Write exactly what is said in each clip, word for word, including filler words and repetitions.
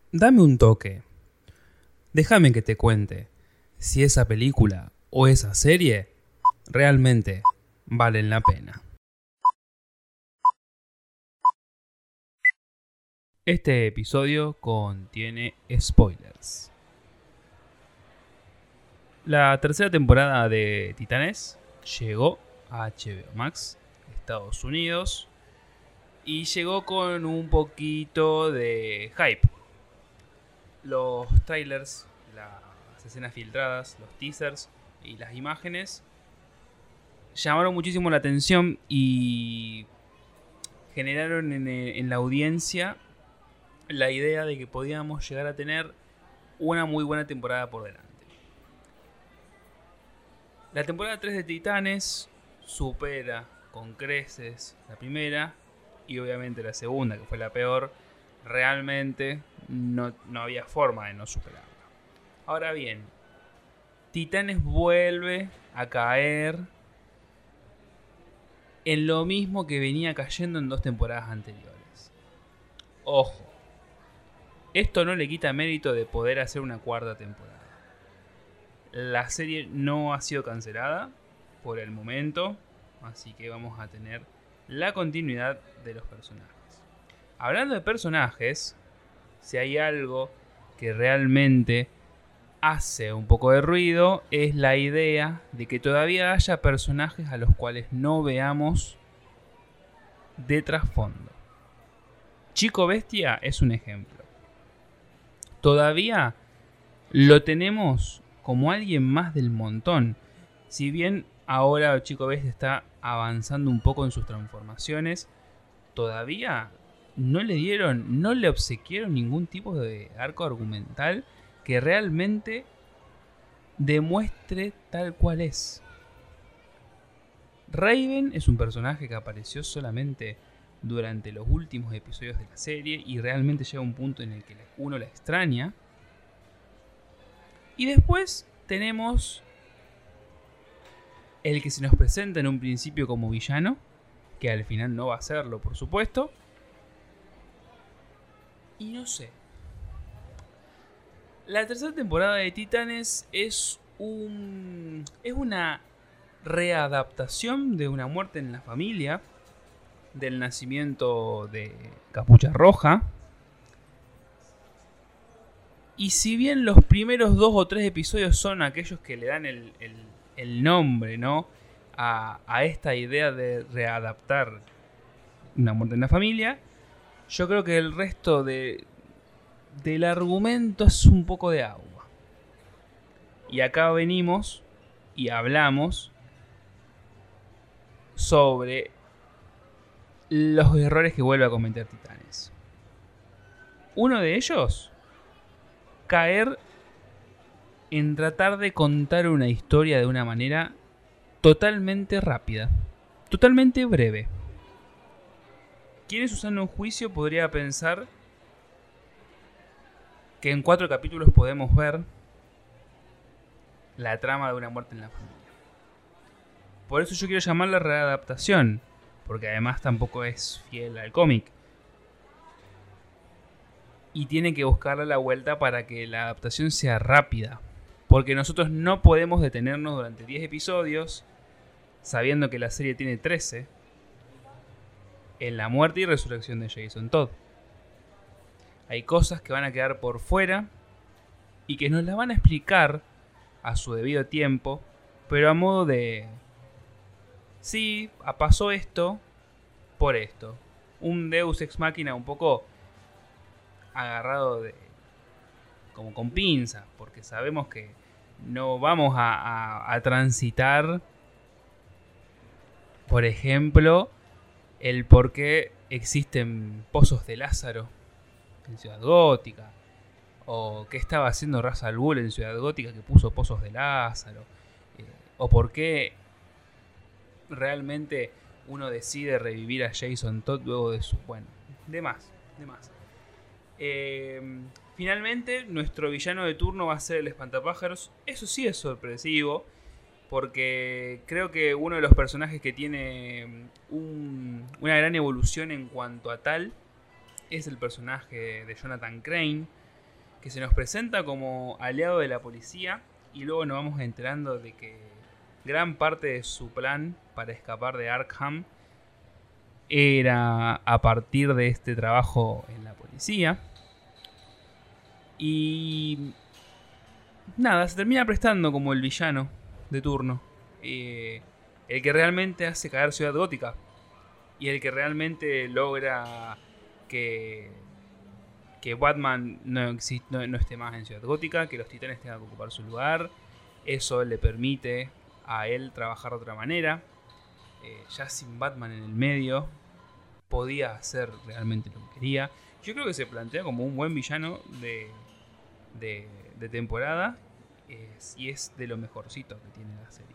Dame un toque. Déjame que te cuente si esa película o esa serie realmente valen la pena. Este episodio contiene spoilers. La tercera temporada de Titanes llegó a H B O Max, Estados Unidos, y llegó con un poquito de hype. Los trailers, las escenas filtradas, los teasers y las imágenes llamaron muchísimo la atención y generaron en, en la audiencia la idea de que podíamos llegar a tener una muy buena temporada por delante. La temporada tres de Titanes supera con creces la primera y obviamente la segunda, que fue la peor, realmente no, no había forma de no superarla. Ahora bien, Titanes vuelve a caer en lo mismo que venía cayendo en dos temporadas anteriores. Ojo, esto no le quita mérito de poder hacer una cuarta temporada. La serie no ha sido cancelada por el momento, así que vamos a tener la continuidad de los personajes. Hablando de personajes, si hay algo que realmente hace un poco de ruido, es la idea de que todavía haya personajes a los cuales no veamos de trasfondo. Chico Bestia es un ejemplo. Todavía lo tenemos como alguien más del montón. Si bien ahora Chico Bestia está avanzando un poco en sus transformaciones, todavía no le dieron, no le obsequiaron ningún tipo de arco argumental que realmente demuestre tal cual es. Raven es un personaje que apareció solamente durante los últimos episodios de la serie y realmente llega a un punto en el que uno la extraña. Y después tenemos el que se nos presenta en un principio como villano, que al final no va a serlo, por supuesto. Y no sé. La tercera temporada de Titanes es un es una readaptación de Una muerte en la familia, del nacimiento de Capucha Roja. Y si bien los primeros dos o tres episodios son aquellos que le dan el, el, el nombre, ¿no? A, a esta idea de readaptar Una muerte en la familia, yo creo que el resto de, del argumento es un poco de agua. Y acá venimos y hablamos sobre los errores que vuelve a cometer Titanes. Uno de ellos, caer en tratar de contar una historia de una manera totalmente rápida, totalmente breve. Quien es usando un juicio podría pensar que en cuatro capítulos podemos ver la trama de Una muerte en la familia. Por eso yo quiero llamarla readaptación, porque además tampoco es fiel al cómic. Y tiene que buscarle la vuelta para que la adaptación sea rápida. Porque nosotros no podemos detenernos durante diez episodios, sabiendo que la serie tiene trece, en la muerte y resurrección de Jason Todd. Hay cosas que van a quedar por fuera y que nos las van a explicar a su debido tiempo, pero a modo de... sí, pasó esto por esto. Un Deus Ex Machina un poco agarrado de como con pinzas, porque sabemos que no vamos a, a, a transitar, por ejemplo, el por qué existen pozos de Lázaro en Ciudad Gótica, o qué estaba haciendo Ra's al Ghul en Ciudad Gótica que puso pozos de Lázaro, eh, o por qué realmente uno decide revivir a Jason Todd luego de su... bueno, demás, demás. Eh, finalmente, nuestro villano de turno va a ser el Espantapájaros. Eso sí es sorpresivo, porque creo que uno de los personajes que tiene un, una gran evolución en cuanto a tal es el personaje de Jonathan Crane, que se nos presenta como aliado de la policía y luego nos vamos enterando de que gran parte de su plan para escapar de Arkham era a partir de este trabajo en la policía. Y nada, se termina prestando como el villano de turno. Eh, el que realmente hace caer Ciudad Gótica. Y el que realmente logra que, que Batman no, exist, no, no esté más en Ciudad Gótica, que los titanes tengan que ocupar su lugar. Eso le permite a él trabajar de otra manera. Eh, ya sin Batman en el medio, podía hacer realmente lo que quería. Yo creo que se plantea como un buen villano de, de, de temporada. Es, y es de lo mejorcito que tiene la serie.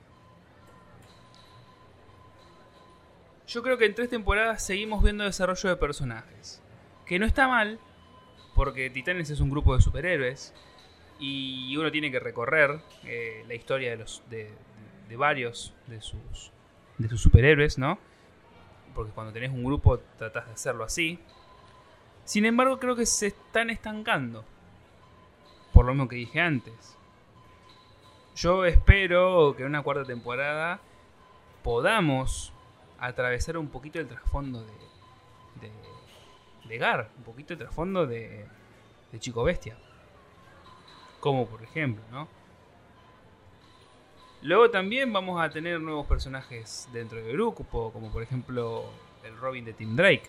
Yo creo que en tres temporadas seguimos viendo desarrollo de personajes. Que no está mal, porque Titanes es un grupo de superhéroes. Y uno tiene que recorrer eh, la historia de, los, de, de varios de sus, de sus superhéroes, ¿no? Porque cuando tenés un grupo tratás de hacerlo así. Sin embargo, creo que se están estancando. Por lo mismo que dije antes. Yo espero que en una cuarta temporada podamos atravesar un poquito el trasfondo de, de, de Gar. Un poquito el trasfondo de, de Chico Bestia. Como por ejemplo, ¿no? Luego también vamos a tener nuevos personajes dentro del grupo, como por ejemplo el Robin de Tim Drake.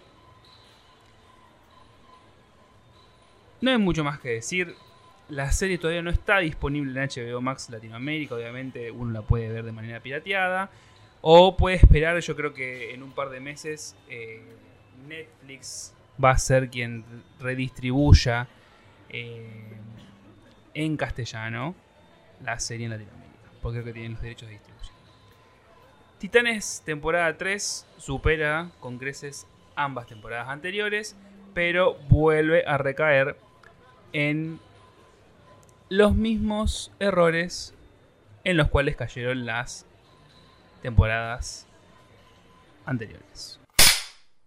No hay mucho más que decir. La serie todavía no está disponible en H B O Max Latinoamérica. Obviamente uno la puede ver de manera pirateada. O puede esperar, yo creo que en un par de meses eh, Netflix va a ser quien redistribuya eh, en castellano la serie en Latinoamérica. Porque creo que tienen los derechos de distribución. Titanes temporada tres supera con creces ambas temporadas anteriores, pero vuelve a recaer en los mismos errores en los cuales cayeron las temporadas anteriores.